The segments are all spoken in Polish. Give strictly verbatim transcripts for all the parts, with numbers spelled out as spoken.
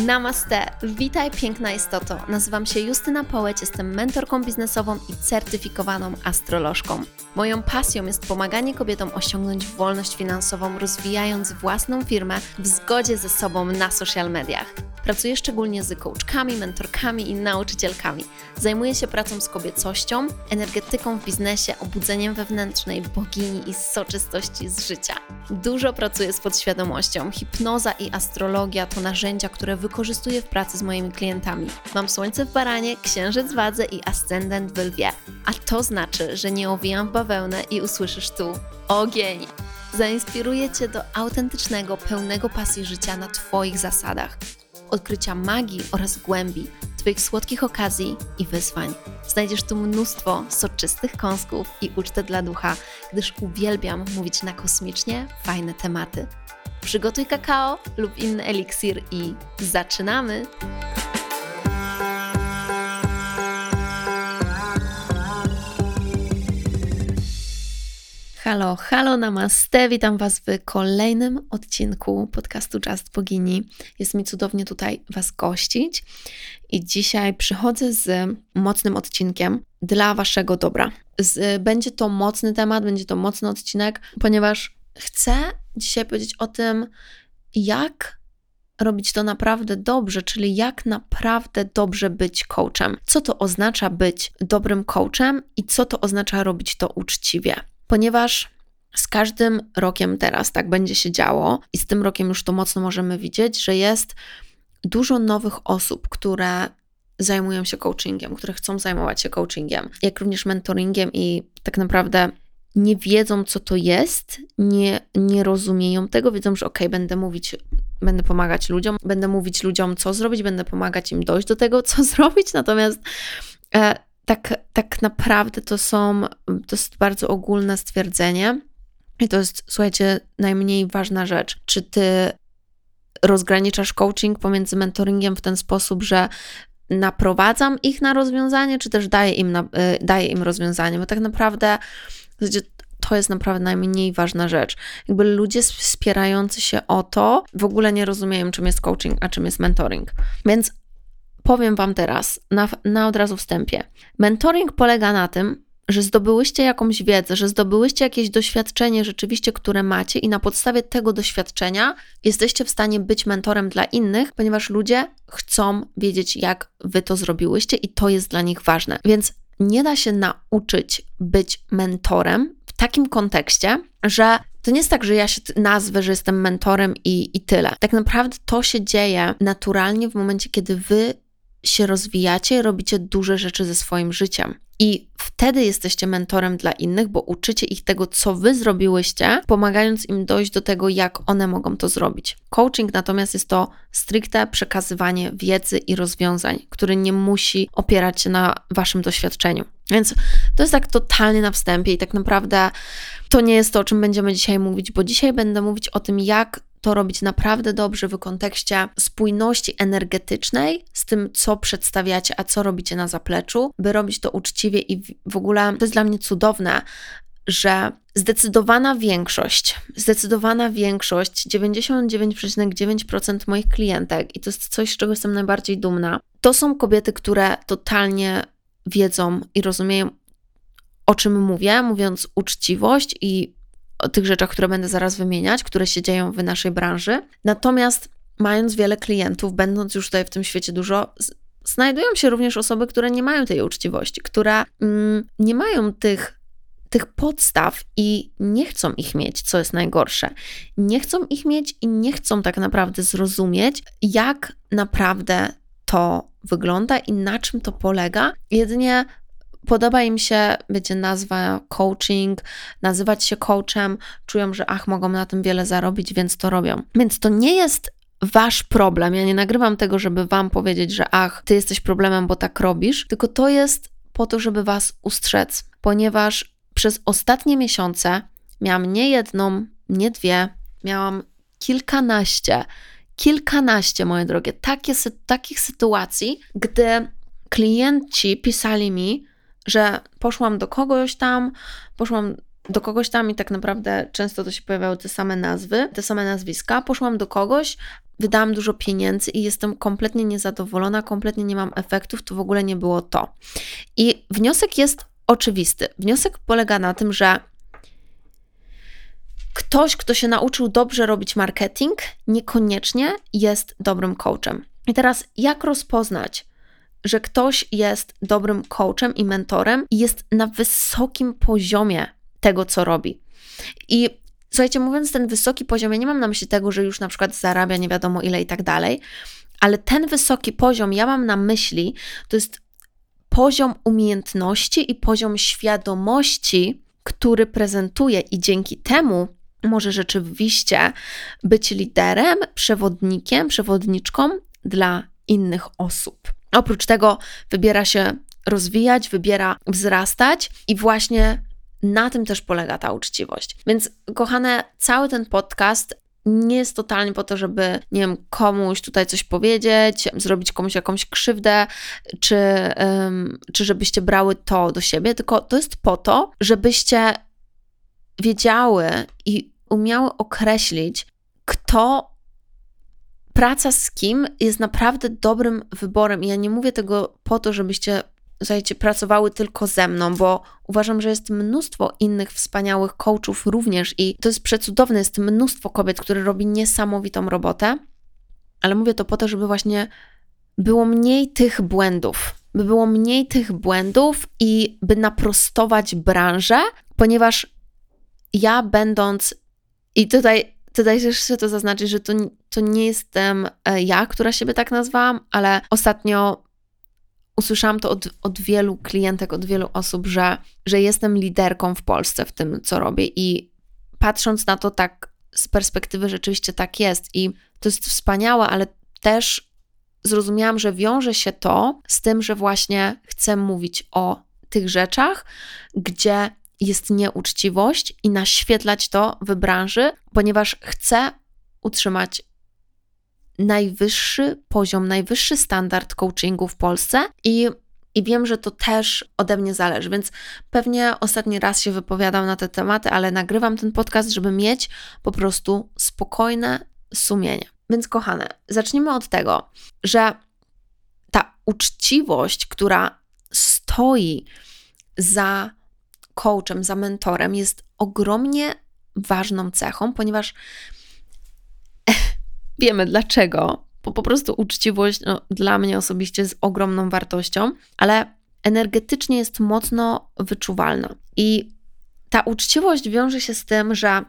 Namaste, witaj piękna istoto. Nazywam się Justyna Połeć, jestem mentorką biznesową i certyfikowaną astrolożką. Moją pasją jest pomaganie kobietom osiągnąć wolność finansową, rozwijając własną firmę w zgodzie ze sobą na social mediach. Pracuję szczególnie z coachkami, mentorkami i nauczycielkami. Zajmuję się pracą z kobiecością, energetyką w biznesie, obudzeniem wewnętrznej bogini i soczystości z życia. Dużo pracuję z podświadomością. Hipnoza i astrologia to narzędzia, które wykorzystuję w pracy z moimi klientami. Mam słońce w baranie, księżyc w wadze i ascendent w lwie. A to znaczy, że nie owijam w bawełnę i usłyszysz tu ogień. Zainspiruję Cię do autentycznego, pełnego pasji życia na Twoich zasadach. Odkrycia magii oraz głębi, Twoich słodkich okazji i wyzwań. Znajdziesz tu mnóstwo soczystych kąsków i ucztę dla ducha, gdyż uwielbiam mówić na kosmicznie fajne tematy. Przygotuj kakao lub inny eliksir i zaczynamy! Halo, halo, namaste, witam Was w kolejnym odcinku podcastu Just Bogini. Jest mi cudownie tutaj Was gościć i dzisiaj przychodzę z mocnym odcinkiem dla Waszego dobra. Z, będzie to mocny temat, będzie to mocny odcinek, ponieważ chcę dzisiaj powiedzieć o tym, jak robić to naprawdę dobrze, czyli jak naprawdę dobrze być coachem. Co to oznacza być dobrym coachem i co to oznacza robić to uczciwie. Ponieważ z każdym rokiem teraz tak będzie się działo i z tym rokiem już to mocno możemy widzieć, że jest dużo nowych osób, które zajmują się coachingiem, które chcą zajmować się coachingiem, jak również mentoringiem i tak naprawdę nie wiedzą, co to jest, nie, nie rozumieją tego, wiedzą, że okej, będę mówić, będę pomagać ludziom, będę mówić ludziom, co zrobić, będę pomagać im dojść do tego, co zrobić, natomiast e, Tak, tak naprawdę to są, to jest bardzo ogólne stwierdzenie i to jest, słuchajcie, najmniej ważna rzecz. Czy ty rozgraniczasz coaching pomiędzy mentoringiem w ten sposób, że naprowadzam ich na rozwiązanie, czy też daję im, na, daję im rozwiązanie, bo tak naprawdę to jest naprawdę najmniej ważna rzecz. Jakby ludzie wspierający się o to w ogóle nie rozumieją, czym jest coaching, a czym jest mentoring. Więc powiem Wam teraz, na, na od razu wstępie. Mentoring polega na tym, że zdobyłyście jakąś wiedzę, że zdobyłyście jakieś doświadczenie rzeczywiście, które macie i na podstawie tego doświadczenia jesteście w stanie być mentorem dla innych, ponieważ ludzie chcą wiedzieć, jak Wy to zrobiłyście i to jest dla nich ważne. Więc nie da się nauczyć być mentorem w takim kontekście, że to nie jest tak, że ja się nazwę, że jestem mentorem i, i tyle. Tak naprawdę to się dzieje naturalnie w momencie, kiedy Wy się rozwijacie, robicie duże rzeczy ze swoim życiem. I wtedy jesteście mentorem dla innych, bo uczycie ich tego, co Wy zrobiłyście, pomagając im dojść do tego, jak one mogą to zrobić. Coaching natomiast jest to stricte przekazywanie wiedzy i rozwiązań, który nie musi opierać się na Waszym doświadczeniu. Więc to jest tak totalnie na wstępie i tak naprawdę to nie jest to, o czym będziemy dzisiaj mówić, bo dzisiaj będę mówić o tym, jak to robić naprawdę dobrze w kontekście spójności energetycznej z tym, co przedstawiacie, a co robicie na zapleczu, by robić to uczciwie i w ogóle to jest dla mnie cudowne, że zdecydowana większość, zdecydowana większość, dziewięćdziesiąt dziewięć przecinek dziewięć procent moich klientek i to jest coś, z czego jestem najbardziej dumna, to są kobiety, które totalnie wiedzą i rozumieją, o czym mówię, mówiąc uczciwość i o tych rzeczach, które będę zaraz wymieniać, które się dzieją w naszej branży. Natomiast mając wiele klientów, będąc już tutaj w tym świecie dużo, znajdują się również osoby, które nie mają tej uczciwości, które mm, nie mają tych, tych podstaw i nie chcą ich mieć, co jest najgorsze. Nie chcą ich mieć i nie chcą tak naprawdę zrozumieć, jak naprawdę to wygląda i na czym to polega. Jedynie podoba im się, wiecie, nazwa coaching, nazywać się coachem, czują, że ach, mogą na tym wiele zarobić, więc to robią. Więc to nie jest Wasz problem. Ja nie nagrywam tego, żeby Wam powiedzieć, że ach, Ty jesteś problemem, bo tak robisz, tylko to jest po to, żeby Was ustrzec, ponieważ przez ostatnie miesiące miałam nie jedną, nie dwie, miałam kilkanaście, kilkanaście, moje drogie, takie, takich sytuacji, gdy klienci pisali mi, że poszłam do kogoś tam, poszłam do kogoś tam i tak naprawdę często to się pojawiały te same nazwy, te same nazwiska. Poszłam do kogoś, wydałam dużo pieniędzy i jestem kompletnie niezadowolona, kompletnie nie mam efektów, to w ogóle nie było to. I wniosek jest oczywisty. Wniosek polega na tym, że ktoś, kto się nauczył dobrze robić marketing, niekoniecznie jest dobrym coachem. I teraz jak rozpoznać, że ktoś jest dobrym coachem i mentorem i jest na wysokim poziomie tego, co robi? I słuchajcie, mówiąc ten wysoki poziom, ja nie mam na myśli tego, że już na przykład zarabia nie wiadomo ile i tak dalej, ale ten wysoki poziom, ja mam na myśli, to jest poziom umiejętności i poziom świadomości, który prezentuje i dzięki temu może rzeczywiście być liderem, przewodnikiem, przewodniczką dla innych osób. Oprócz tego wybiera się rozwijać, wybiera wzrastać i właśnie na tym też polega ta uczciwość. Więc kochane, cały ten podcast nie jest totalnie po to, żeby, nie wiem, komuś tutaj coś powiedzieć, zrobić komuś jakąś krzywdę, czy, um, czy żebyście brały to do siebie, tylko to jest po to, żebyście wiedziały i umiały określić, kto, praca z kim jest naprawdę dobrym wyborem. I ja nie mówię tego po to, żebyście, słuchajcie, pracowały tylko ze mną, bo uważam, że jest mnóstwo innych wspaniałych coachów również i to jest przecudowne, jest mnóstwo kobiet, które robi niesamowitą robotę, ale mówię to po to, żeby właśnie było mniej tych błędów, by było mniej tych błędów i by naprostować branżę, ponieważ ja będąc, i tutaj, tutaj też chcę to zaznaczyć, że to, to nie jestem ja, która siebie tak nazwałam, ale ostatnio usłyszałam to od, od wielu klientek, od wielu osób, że, że jestem liderką w Polsce w tym, co robię i patrząc na to tak z perspektywy rzeczywiście tak jest i to jest wspaniałe, ale też zrozumiałam, że wiąże się to z tym, że właśnie chcę mówić o tych rzeczach, gdzie jest nieuczciwość i naświetlać to w branży, ponieważ chcę utrzymać najwyższy poziom, najwyższy standard coachingu w Polsce i, i wiem, że to też ode mnie zależy, więc pewnie ostatni raz się wypowiadam na te tematy, ale nagrywam ten podcast, żeby mieć po prostu spokojne sumienie. Więc kochane, zacznijmy od tego, że ta uczciwość, która stoi za coachem, za mentorem, jest ogromnie ważną cechą, ponieważ wiemy dlaczego, bo po prostu uczciwość no, dla mnie osobiście jest ogromną wartością, ale energetycznie jest mocno wyczuwalna. I ta uczciwość wiąże się z tym, że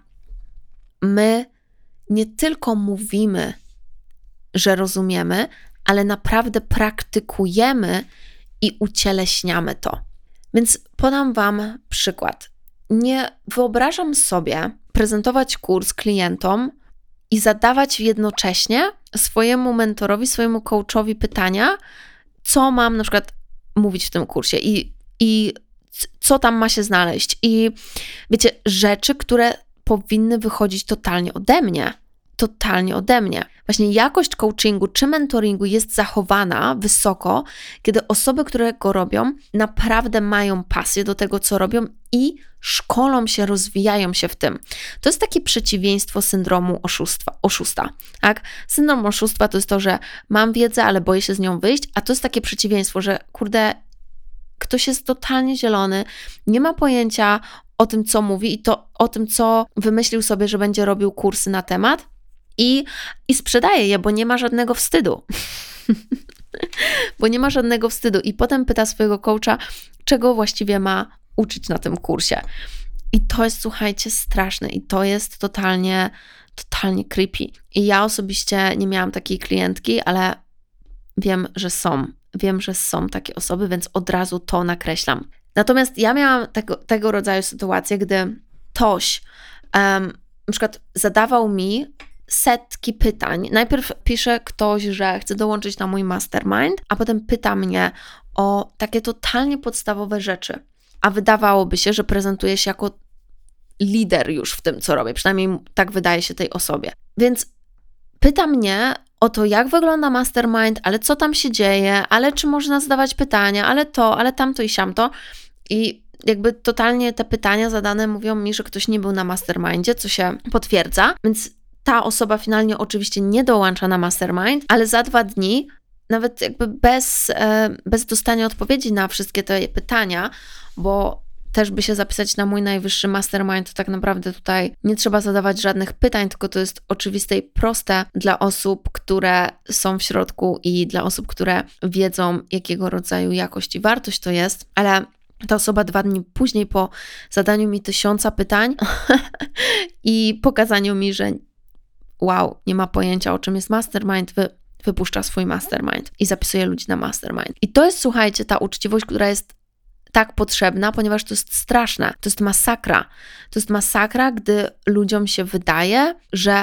my nie tylko mówimy, że rozumiemy, ale naprawdę praktykujemy i ucieleśniamy to. Więc podam Wam przykład. Nie wyobrażam sobie prezentować kurs klientom i zadawać jednocześnie swojemu mentorowi, swojemu coachowi pytania, co mam na przykład mówić w tym kursie i, i co tam ma się znaleźć. I wiecie, rzeczy, które powinny wychodzić totalnie ode mnie. Totalnie ode mnie. Właśnie jakość coachingu czy mentoringu jest zachowana wysoko, kiedy osoby, które go robią, naprawdę mają pasję do tego, co robią i szkolą się, rozwijają się w tym. To jest takie przeciwieństwo syndromu oszustwa, oszusta. Tak? Syndrom oszustwa to jest to, że mam wiedzę, ale boję się z nią wyjść, a to jest takie przeciwieństwo, że kurde, ktoś jest totalnie zielony, nie ma pojęcia o tym, co mówi i to o tym, co wymyślił sobie, że będzie robił kursy na temat, I, i sprzedaje je, bo nie ma żadnego wstydu. bo nie ma żadnego wstydu. I potem pyta swojego coacha, czego właściwie ma uczyć na tym kursie. I to jest, słuchajcie, straszne. I to jest totalnie, totalnie creepy. I ja osobiście nie miałam takiej klientki, ale wiem, że są. Wiem, że są takie osoby, więc od razu to nakreślam. Natomiast ja miałam tego, tego rodzaju sytuację, gdy ktoś um, na przykład zadawał mi setki pytań. Najpierw pisze ktoś, że chce dołączyć na mój mastermind, a potem pyta mnie o takie totalnie podstawowe rzeczy. A wydawałoby się, że prezentuje się jako lider już w tym, co robię. Przynajmniej tak wydaje się tej osobie. Więc pyta mnie o to, jak wygląda mastermind, ale co tam się dzieje, ale czy można zadawać pytania, ale to, ale tamto i siamto. I jakby totalnie te pytania zadane mówią mi, że ktoś nie był na mastermindzie, co się potwierdza, więc ta osoba finalnie oczywiście nie dołącza na mastermind, ale za dwa dni, nawet jakby bez, bez dostania odpowiedzi na wszystkie te pytania, bo też by się zapisać na mój najwyższy mastermind, to tak naprawdę tutaj nie trzeba zadawać żadnych pytań, tylko to jest oczywiste i proste dla osób, które są w środku i dla osób, które wiedzą, jakiego rodzaju jakość i wartość to jest, ale ta osoba dwa dni później po zadaniu mi tysiąca pytań i pokazaniu mi, że wow, nie ma pojęcia, o czym jest mastermind, wy, wypuszcza swój mastermind i zapisuje ludzi na mastermind. I to jest, słuchajcie, ta uczciwość, która jest tak potrzebna, ponieważ to jest straszne, to jest masakra. To jest masakra, gdy ludziom się wydaje, że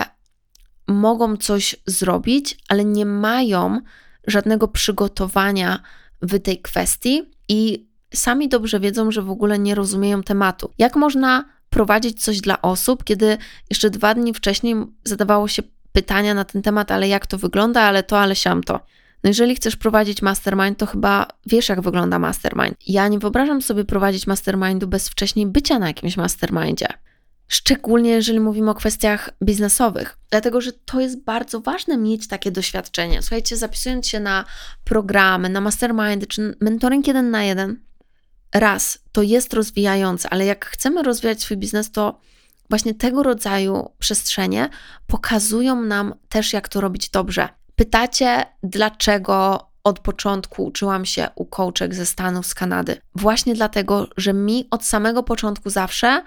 mogą coś zrobić, ale nie mają żadnego przygotowania w tej kwestii i sami dobrze wiedzą, że w ogóle nie rozumieją tematu. Jak można prowadzić coś dla osób, kiedy jeszcze dwa dni wcześniej zadawało się pytania na ten temat, ale jak to wygląda, ale to, ale siam to. No jeżeli chcesz prowadzić mastermind, to chyba wiesz, jak wygląda mastermind. Ja nie wyobrażam sobie prowadzić mastermindu bez wcześniej bycia na jakimś mastermindzie. Szczególnie jeżeli mówimy o kwestiach biznesowych. Dlatego, że to jest bardzo ważne mieć takie doświadczenie. Słuchajcie, zapisując się na programy, na mastermindy, czy mentoring jeden na jeden, raz, to jest rozwijające, ale jak chcemy rozwijać swój biznes, to właśnie tego rodzaju przestrzenie pokazują nam też, jak to robić dobrze. Pytacie, dlaczego od początku uczyłam się u coachek ze Stanów, z Kanady? Właśnie dlatego, że mi od samego początku zawsze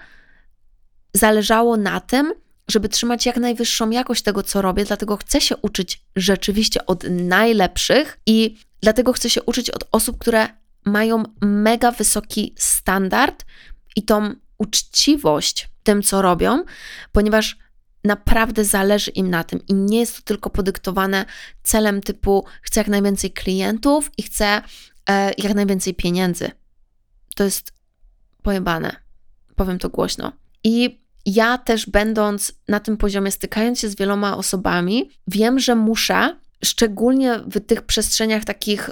zależało na tym, żeby trzymać jak najwyższą jakość tego, co robię, dlatego chcę się uczyć rzeczywiście od najlepszych i dlatego chcę się uczyć od osób, które mają mega wysoki standard i tą uczciwość w tym, co robią, ponieważ naprawdę zależy im na tym i nie jest to tylko podyktowane celem typu chcę jak najwięcej klientów i chcę e, jak najwięcej pieniędzy. To jest pojebane, powiem to głośno. I ja też będąc na tym poziomie, stykając się z wieloma osobami, wiem, że muszę, szczególnie w tych przestrzeniach takich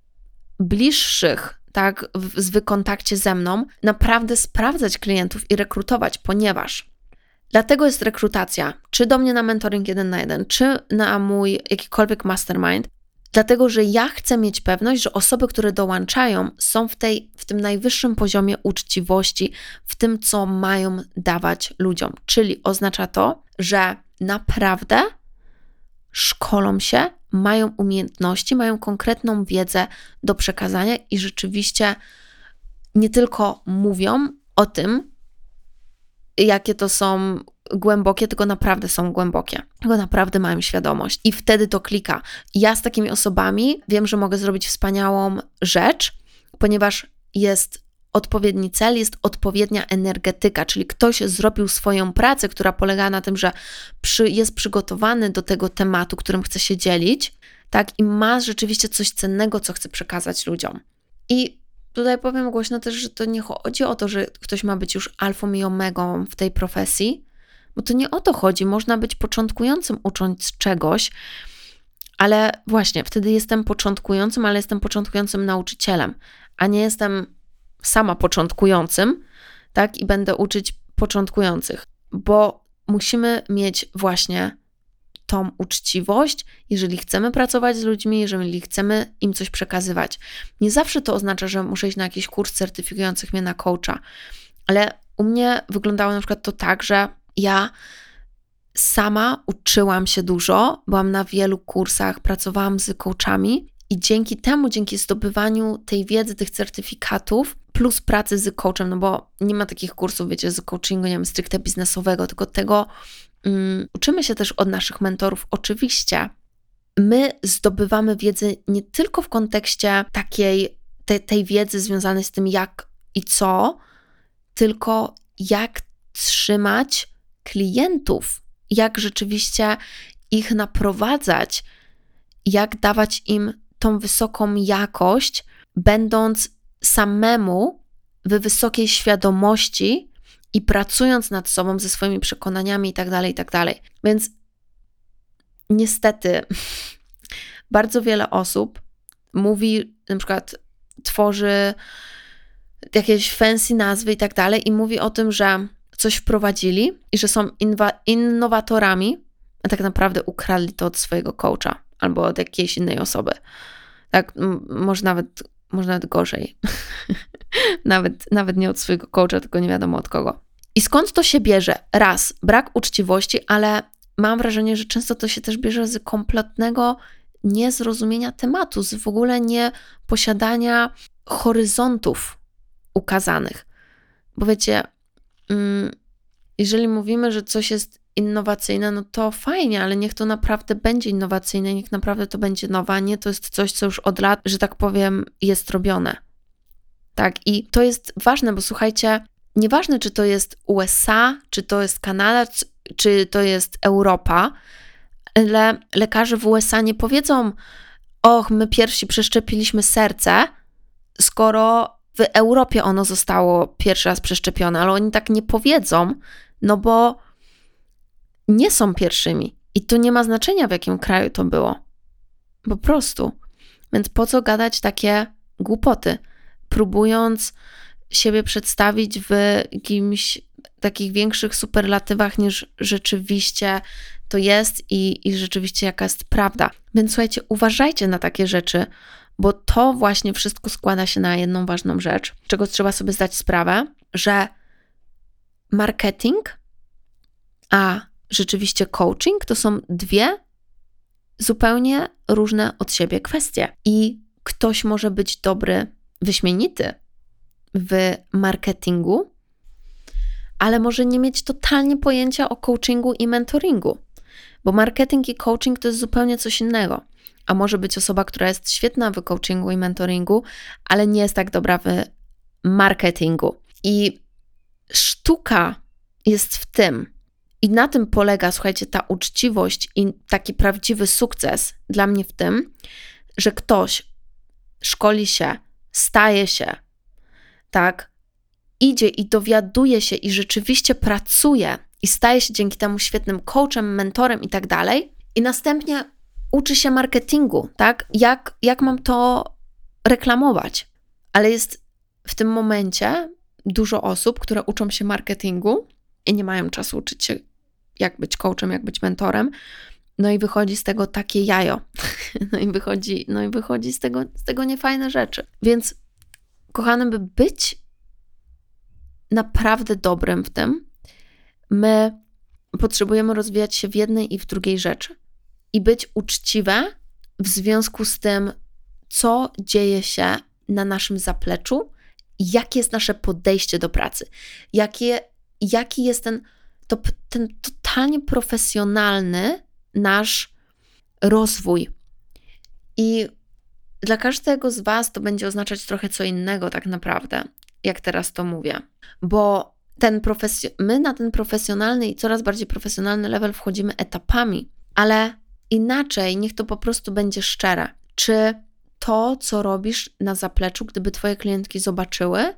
bliższych, tak, w, w kontakcie ze mną, naprawdę sprawdzać klientów i rekrutować, ponieważ dlatego jest rekrutacja, czy do mnie na mentoring jeden na jeden, czy na mój jakikolwiek mastermind, dlatego, że ja chcę mieć pewność, że osoby, które dołączają, są w, tej, w tym najwyższym poziomie uczciwości, w tym, co mają dawać ludziom. Czyli oznacza to, że naprawdę szkolą się, mają umiejętności, mają konkretną wiedzę do przekazania i rzeczywiście nie tylko mówią o tym, jakie to są głębokie, tylko naprawdę są głębokie. Tylko naprawdę mają świadomość. I wtedy to klika. Ja z takimi osobami wiem, że mogę zrobić wspaniałą rzecz, ponieważ jest odpowiedni cel, jest odpowiednia energetyka, czyli ktoś zrobił swoją pracę, która polega na tym, że przy, jest przygotowany do tego tematu, którym chce się dzielić, tak, i ma rzeczywiście coś cennego, co chce przekazać ludziom. I tutaj powiem głośno też, że to nie chodzi o to, że ktoś ma być już alfą i omegą w tej profesji, bo to nie o to chodzi. Można być początkującym ucząc czegoś, ale właśnie wtedy jestem początkującym, ale jestem początkującym nauczycielem, a nie jestem sama początkującym, tak, i będę uczyć początkujących, bo musimy mieć właśnie tą uczciwość, jeżeli chcemy pracować z ludźmi, jeżeli chcemy im coś przekazywać. Nie zawsze to oznacza, że muszę iść na jakiś kurs certyfikujących mnie na coacha, ale u mnie wyglądało na przykład to tak, że ja sama uczyłam się dużo, byłam na wielu kursach, pracowałam z coachami i dzięki temu, dzięki zdobywaniu tej wiedzy, tych certyfikatów, plus pracy z coachem, no bo nie ma takich kursów, wiecie, z coachingu, nie wiem, stricte biznesowego, tylko tego um, uczymy się też od naszych mentorów. Oczywiście my zdobywamy wiedzę nie tylko w kontekście takiej, te, tej wiedzy związanej z tym jak i co, tylko jak trzymać klientów, jak rzeczywiście ich naprowadzać, jak dawać im tą wysoką jakość, będąc samemu w wysokiej świadomości i pracując nad sobą, ze swoimi przekonaniami i tak dalej, i tak dalej. Więc niestety bardzo wiele osób mówi, na przykład tworzy jakieś fancy nazwy i tak dalej i mówi o tym, że coś wprowadzili i że są inwa- innowatorami, a tak naprawdę ukradli to od swojego coacha albo od jakiejś innej osoby. Tak, m- może nawet, może nawet gorzej. nawet, nawet nie od swojego coacha, tylko nie wiadomo od kogo. I skąd to się bierze? Raz, brak uczciwości, ale mam wrażenie, że często to się też bierze z kompletnego niezrozumienia tematu, z w ogóle nie posiadania horyzontów ukazanych. Bo wiecie, jeżeli mówimy, że coś jest innowacyjne, no to fajnie, ale niech to naprawdę będzie innowacyjne, niech naprawdę to będzie nowe, a nie to jest coś, co już od lat, że tak powiem, jest robione. Tak, i to jest ważne, bo słuchajcie, nieważne, czy to jest U S A, czy to jest Kanada, czy to jest Europa, ale lekarze w U S A nie powiedzą: och, my pierwsi przeszczepiliśmy serce, skoro w Europie ono zostało pierwszy raz przeszczepione, ale oni tak nie powiedzą, no bo nie są pierwszymi i to nie ma znaczenia, w jakim kraju to było. Po prostu. Więc po co gadać takie głupoty, próbując siebie przedstawić w jakimś takich większych superlatywach niż rzeczywiście to jest i, i rzeczywiście jaka jest prawda. Więc słuchajcie, uważajcie na takie rzeczy, bo to właśnie wszystko składa się na jedną ważną rzecz, czego trzeba sobie zdać sprawę, że marketing, a rzeczywiście coaching to są dwie zupełnie różne od siebie kwestie. I ktoś może być dobry, wyśmienity w marketingu, ale może nie mieć totalnie pojęcia o coachingu i mentoringu, bo marketing i coaching to jest zupełnie coś innego. A może być osoba, która jest świetna w coachingu i mentoringu, ale nie jest tak dobra w marketingu. I sztuka jest w tym, i na tym polega, słuchajcie, ta uczciwość i taki prawdziwy sukces dla mnie w tym, że ktoś szkoli się, staje się, tak, idzie i dowiaduje się i rzeczywiście pracuje i staje się dzięki temu świetnym coachem, mentorem i tak dalej, i następnie uczy się marketingu, tak, jak, jak mam to reklamować. Ale jest w tym momencie dużo osób, które uczą się marketingu i nie mają czasu uczyć się, jak być coachem, jak być mentorem, no i wychodzi z tego takie jajo. No i wychodzi, no i wychodzi z tego, z tego niefajne rzeczy. Więc kochane, by być naprawdę dobrym w tym, my potrzebujemy rozwijać się w jednej i w drugiej rzeczy. I być uczciwe w związku z tym, co dzieje się na naszym zapleczu i jakie jest nasze podejście do pracy. Jakie, jaki jest ten, to, ten totalnie profesjonalny nasz rozwój. I dla każdego z Was to będzie oznaczać trochę co innego tak naprawdę, jak teraz to mówię. Bo ten profesjo- my na ten profesjonalny i coraz bardziej profesjonalny level wchodzimy etapami, ale inaczej niech to po prostu będzie szczere. Czy to, co robisz na zapleczu, gdyby Twoje klientki zobaczyły,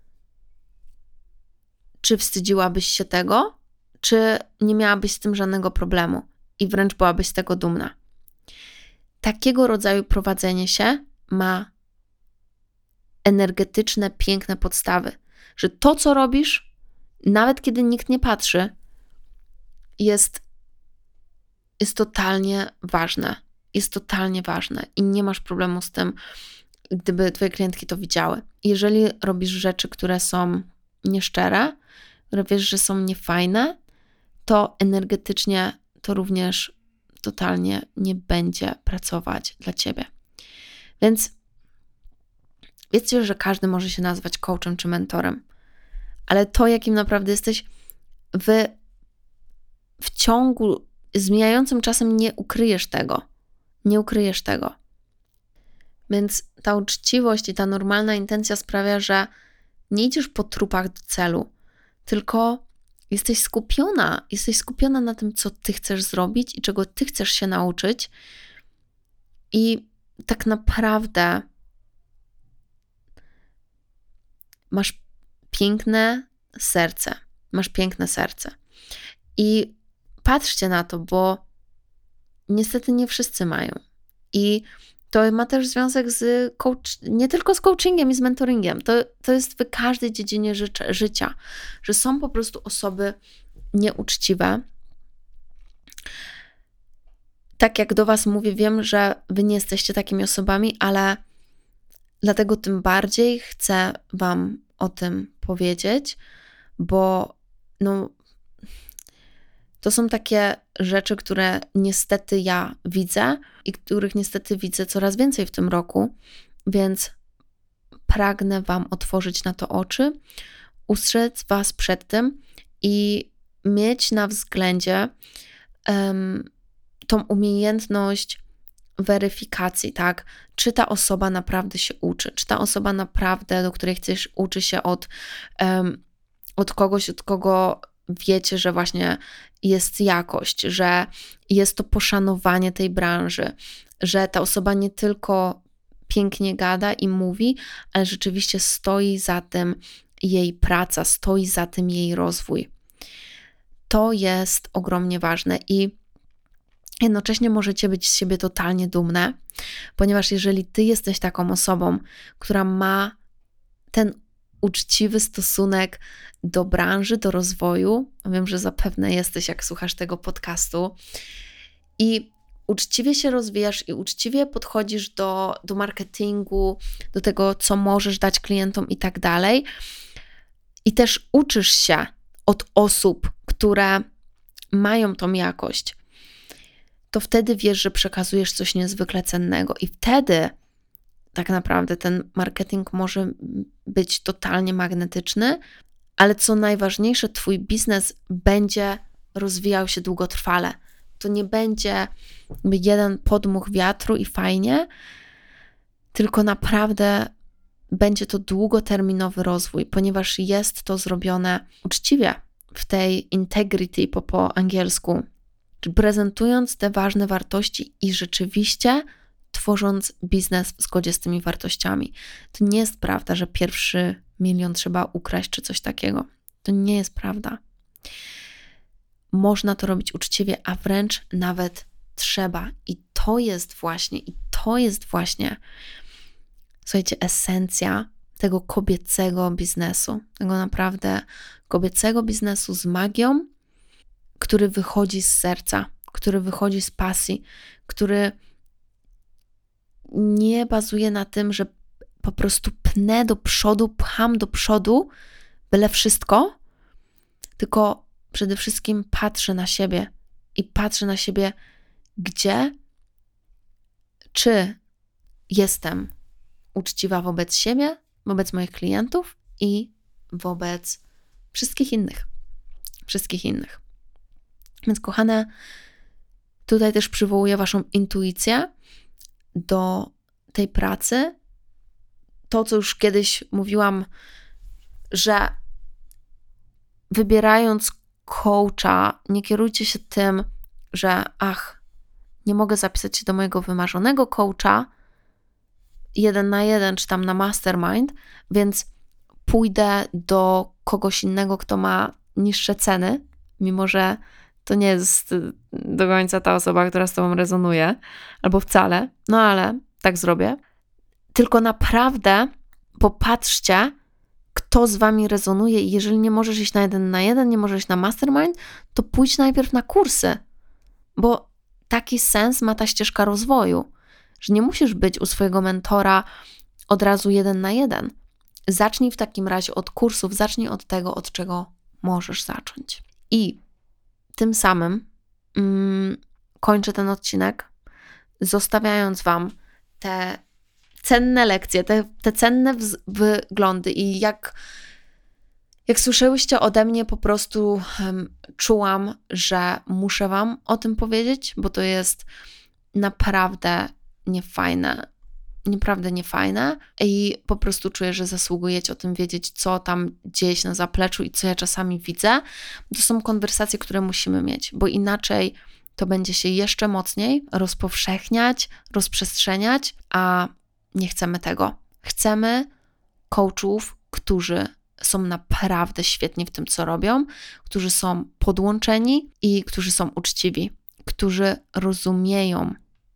czy wstydziłabyś się tego, czy nie miałabyś z tym żadnego problemu i wręcz byłabyś z tego dumna? Takiego rodzaju prowadzenie się ma energetyczne, piękne podstawy, że to, co robisz, nawet kiedy nikt nie patrzy, jest, jest totalnie ważne. Jest totalnie ważne i nie masz problemu z tym, gdyby Twoje klientki to widziały. Jeżeli robisz rzeczy, które są nieszczere, które wiesz, że są niefajne, to energetycznie to również totalnie nie będzie pracować dla Ciebie. Więc wiecie, że każdy może się nazwać coachem czy mentorem, ale to, jakim naprawdę jesteś, w, w ciągu z mijającym czasem nie ukryjesz tego. Nie ukryjesz tego. Więc ta uczciwość i ta normalna intencja sprawia, że nie idziesz po trupach do celu, tylko jesteś skupiona, jesteś skupiona na tym, co Ty chcesz zrobić i czego Ty chcesz się nauczyć. I tak naprawdę masz piękne serce. Masz piękne serce. I patrzcie na to, bo niestety nie wszyscy mają. I To ma też związek z coach, nie tylko z coachingiem i z mentoringiem. To, to jest w każdej dziedzinie ży- życia, że są po prostu osoby nieuczciwe. Tak jak do was mówię, wiem, że wy nie jesteście takimi osobami, ale dlatego tym bardziej chcę wam o tym powiedzieć, bo no, to są takie rzeczy, które niestety ja widzę i których niestety widzę coraz więcej w tym roku, więc pragnę wam otworzyć na to oczy, ustrzec was przed tym i mieć na względzie um, tą umiejętność weryfikacji, tak? Czy ta osoba naprawdę się uczy, czy ta osoba naprawdę, do której chcesz, uczy się od, um, od kogoś, od kogo wiecie, że właśnie jest jakość, że jest to poszanowanie tej branży, że ta osoba nie tylko pięknie gada i mówi, ale rzeczywiście stoi za tym jej praca, stoi za tym jej rozwój. To jest ogromnie ważne i jednocześnie możecie być z siebie totalnie dumne, ponieważ jeżeli ty jesteś taką osobą, która ma ten uczciwy stosunek do branży, do rozwoju, wiem, że zapewne jesteś, jak słuchasz tego podcastu, i uczciwie się rozwijasz i uczciwie podchodzisz do, do marketingu, do tego, co możesz dać klientom i tak dalej, i też uczysz się od osób, które mają tą jakość, to wtedy wiesz, że przekazujesz coś niezwykle cennego i wtedy tak naprawdę ten marketing może być totalnie magnetyczny, ale co najważniejsze, twój biznes będzie rozwijał się długotrwale. To nie będzie jeden podmuch wiatru i fajnie, tylko naprawdę będzie to długoterminowy rozwój, ponieważ jest to zrobione uczciwie, w tej integrity po, po angielsku, prezentując te ważne wartości i rzeczywiście tworząc biznes w zgodzie z tymi wartościami. To nie jest prawda, że pierwszy milion trzeba ukraść czy coś takiego. To nie jest prawda. Można to robić uczciwie, a wręcz nawet trzeba. I to jest właśnie, i to jest właśnie, słuchajcie, esencja tego kobiecego biznesu. Tego naprawdę kobiecego biznesu z magią, który wychodzi z serca, który wychodzi z pasji, który nie bazuje na tym, że po prostu pnę do przodu, pcham do przodu byle wszystko, tylko przede wszystkim patrzę na siebie i patrzę na siebie, gdzie, czy jestem uczciwa wobec siebie, wobec moich klientów i wobec wszystkich innych. Wszystkich innych. Więc kochane, tutaj też przywołuję waszą intuicję do tej pracy. To, co już kiedyś mówiłam, że wybierając coacha, nie kierujcie się tym, że ach, nie mogę zapisać się do mojego wymarzonego coacha jeden na jeden, czy tam na mastermind, więc pójdę do kogoś innego, kto ma niższe ceny, mimo że to nie jest do końca ta osoba, która z tobą rezonuje, albo wcale, no ale tak zrobię. Tylko naprawdę popatrzcie, kto z wami rezonuje i jeżeli nie możesz iść na jeden na jeden, nie możesz iść na mastermind, to pójdź najpierw na kursy, bo taki sens ma ta ścieżka rozwoju, że nie musisz być u swojego mentora od razu jeden na jeden. Zacznij w takim razie od kursów, zacznij od tego, od czego możesz zacząć. I tym samym mm, kończę ten odcinek, zostawiając wam te cenne lekcje, te, te cenne wz- wyglądy i jak, jak słyszałyście ode mnie, po prostu um, czułam, że muszę wam o tym powiedzieć, bo to jest naprawdę niefajne, naprawdę niefajne i po prostu czuję, że zasługujecie o tym wiedzieć, co tam dzieje się na zapleczu i co ja czasami widzę. To są konwersacje, które musimy mieć, bo inaczej to będzie się jeszcze mocniej rozpowszechniać, rozprzestrzeniać, a nie chcemy tego. Chcemy coachów, którzy są naprawdę świetni w tym, co robią, którzy są podłączeni i którzy są uczciwi, którzy rozumieją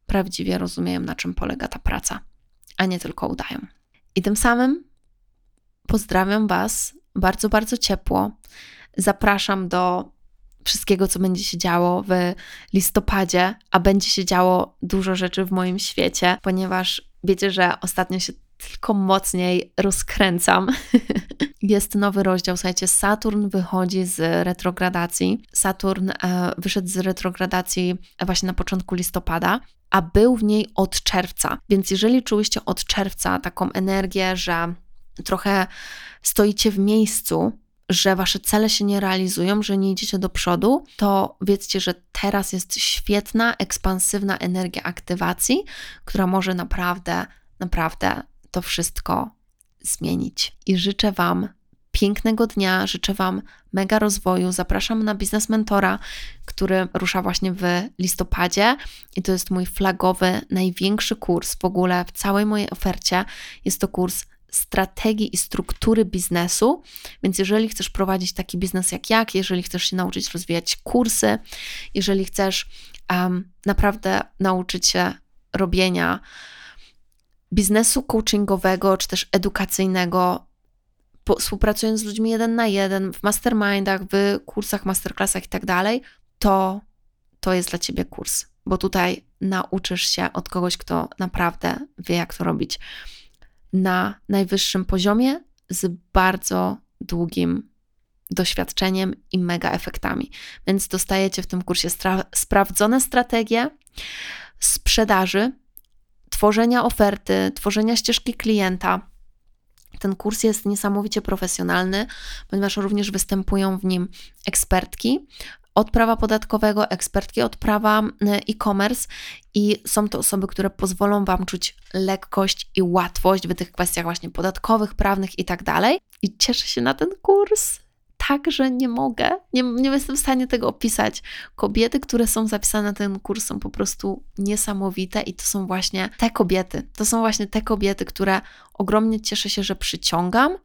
prawdziwie rozumieją, na czym polega ta praca, a nie tylko udają. I tym samym pozdrawiam Was bardzo, bardzo ciepło. Zapraszam do wszystkiego, co będzie się działo w listopadzie, a będzie się działo dużo rzeczy w moim świecie, ponieważ wiecie, że ostatnio się tylko mocniej rozkręcam. Jest nowy rozdział, słuchajcie, Saturn wychodzi z retrogradacji. Saturn e, wyszedł z retrogradacji właśnie na początku listopada, a był w niej od czerwca. Więc jeżeli czułyście od czerwca taką energię, że trochę stoicie w miejscu, że wasze cele się nie realizują, że nie idziecie do przodu, to wiedzcie, że teraz jest świetna, ekspansywna energia aktywacji, która może naprawdę, naprawdę to wszystko zmienić. I życzę Wam pięknego dnia, życzę Wam mega rozwoju. Zapraszam na Biznes Mentora, który rusza właśnie w listopadzie i to jest mój flagowy, największy kurs w ogóle w całej mojej ofercie. Jest to kurs strategii i struktury biznesu, więc jeżeli chcesz prowadzić taki biznes jak jak, jeżeli chcesz się nauczyć rozwijać kursy, jeżeli chcesz um, naprawdę nauczyć się robienia biznesu coachingowego, czy też edukacyjnego, po, współpracując z ludźmi jeden na jeden, w mastermindach, w kursach, masterclassach i tak dalej, to to jest dla Ciebie kurs, bo tutaj nauczysz się od kogoś, kto naprawdę wie, jak to robić na najwyższym poziomie, z bardzo długim doświadczeniem i mega efektami. Więc dostajecie w tym kursie stra- sprawdzone strategie sprzedaży, tworzenia oferty, tworzenia ścieżki klienta. Ten kurs jest niesamowicie profesjonalny, ponieważ również występują w nim ekspertki od prawa podatkowego, ekspertki od prawa e-commerce i są to osoby, które pozwolą Wam czuć lekkość i łatwość w tych kwestiach właśnie podatkowych, prawnych i tak dalej. I cieszę się na ten kurs tak, że nie mogę, nie, nie jestem w stanie tego opisać. Kobiety, które są zapisane na ten kurs, są po prostu niesamowite i to są właśnie te kobiety, to są właśnie te kobiety, które ogromnie cieszę się, że przyciągam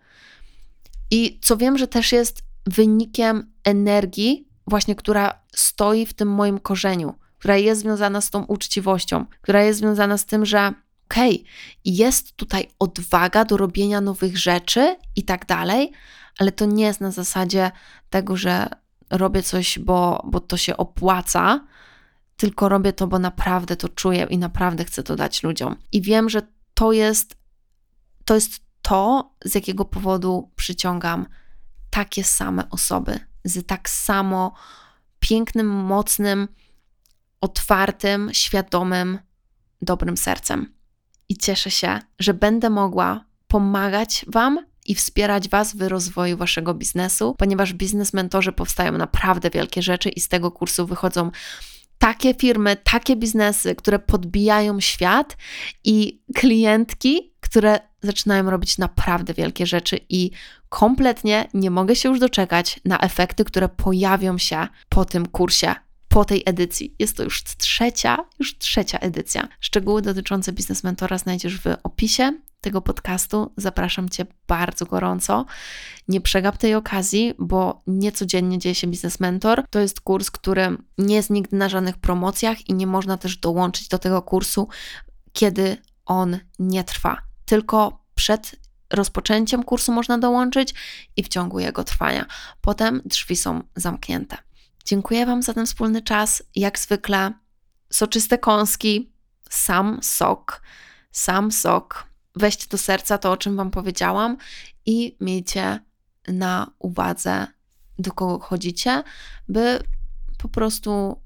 i co wiem, że też jest wynikiem energii właśnie, która stoi w tym moim korzeniu, która jest związana z tą uczciwością, która jest związana z tym, że okej, okay, jest tutaj odwaga do robienia nowych rzeczy i tak dalej, ale to nie jest na zasadzie tego, że robię coś, bo, bo to się opłaca, tylko robię to, bo naprawdę to czuję i naprawdę chcę to dać ludziom. I wiem, że to jest to, jest to z jakiego powodu przyciągam takie same osoby, z tak samo pięknym, mocnym, otwartym, świadomym, dobrym sercem. I cieszę się, że będę mogła pomagać Wam i wspierać Was w rozwoju Waszego biznesu, ponieważ w Biznes Mentorze powstają naprawdę wielkie rzeczy i z tego kursu wychodzą takie firmy, takie biznesy, które podbijają świat i klientki, które zaczynają robić naprawdę wielkie rzeczy i kompletnie nie mogę się już doczekać na efekty, które pojawią się po tym kursie, po tej edycji. Jest to już trzecia, już trzecia edycja. Szczegóły dotyczące Biznes Mentora znajdziesz w opisie tego podcastu. Zapraszam Cię bardzo gorąco. Nie przegap tej okazji, bo niecodziennie dzieje się Biznes Mentor. To jest kurs, który nie jest nigdy na żadnych promocjach i nie można też dołączyć do tego kursu, kiedy on nie trwa. Tylko przed rozpoczęciem kursu można dołączyć i w ciągu jego trwania. Potem drzwi są zamknięte. Dziękuję Wam za ten wspólny czas. Jak zwykle soczyste kąski, sam sok, sam sok. Weźcie do serca to, o czym Wam powiedziałam i miejcie na uwadze, do kogo chodzicie, by po prostu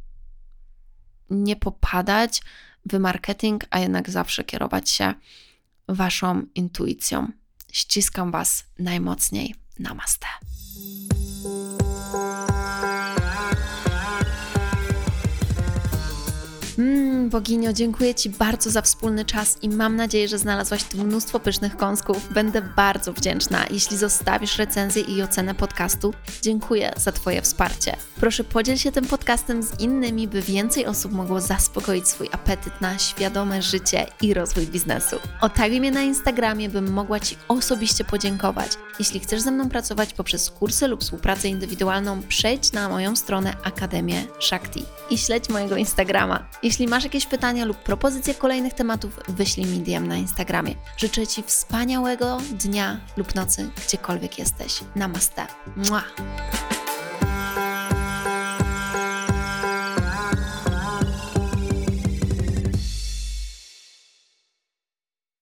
nie popadać w marketing, a jednak zawsze kierować się Waszą intuicją. Ściskam Was najmocniej. Namaste. Mm, boginio, dziękuję Ci bardzo za wspólny czas i mam nadzieję, że znalazłaś tu mnóstwo pysznych kąsków. Będę bardzo wdzięczna, jeśli zostawisz recenzję i ocenę podcastu. Dziękuję za Twoje wsparcie. Proszę podziel się tym podcastem z innymi, by więcej osób mogło zaspokoić swój apetyt na świadome życie i rozwój biznesu. Otaguj mnie na Instagramie, bym mogła Ci osobiście podziękować. Jeśli chcesz ze mną pracować poprzez kursy lub współpracę indywidualną, przejdź na moją stronę Akademię Shakti i śledź mojego Instagrama. Jeśli masz jakieś jakieś pytania lub propozycje kolejnych tematów, wyślij mi D M na Instagramie. Życzę Ci wspaniałego dnia lub nocy, gdziekolwiek jesteś. Namaste. Mua.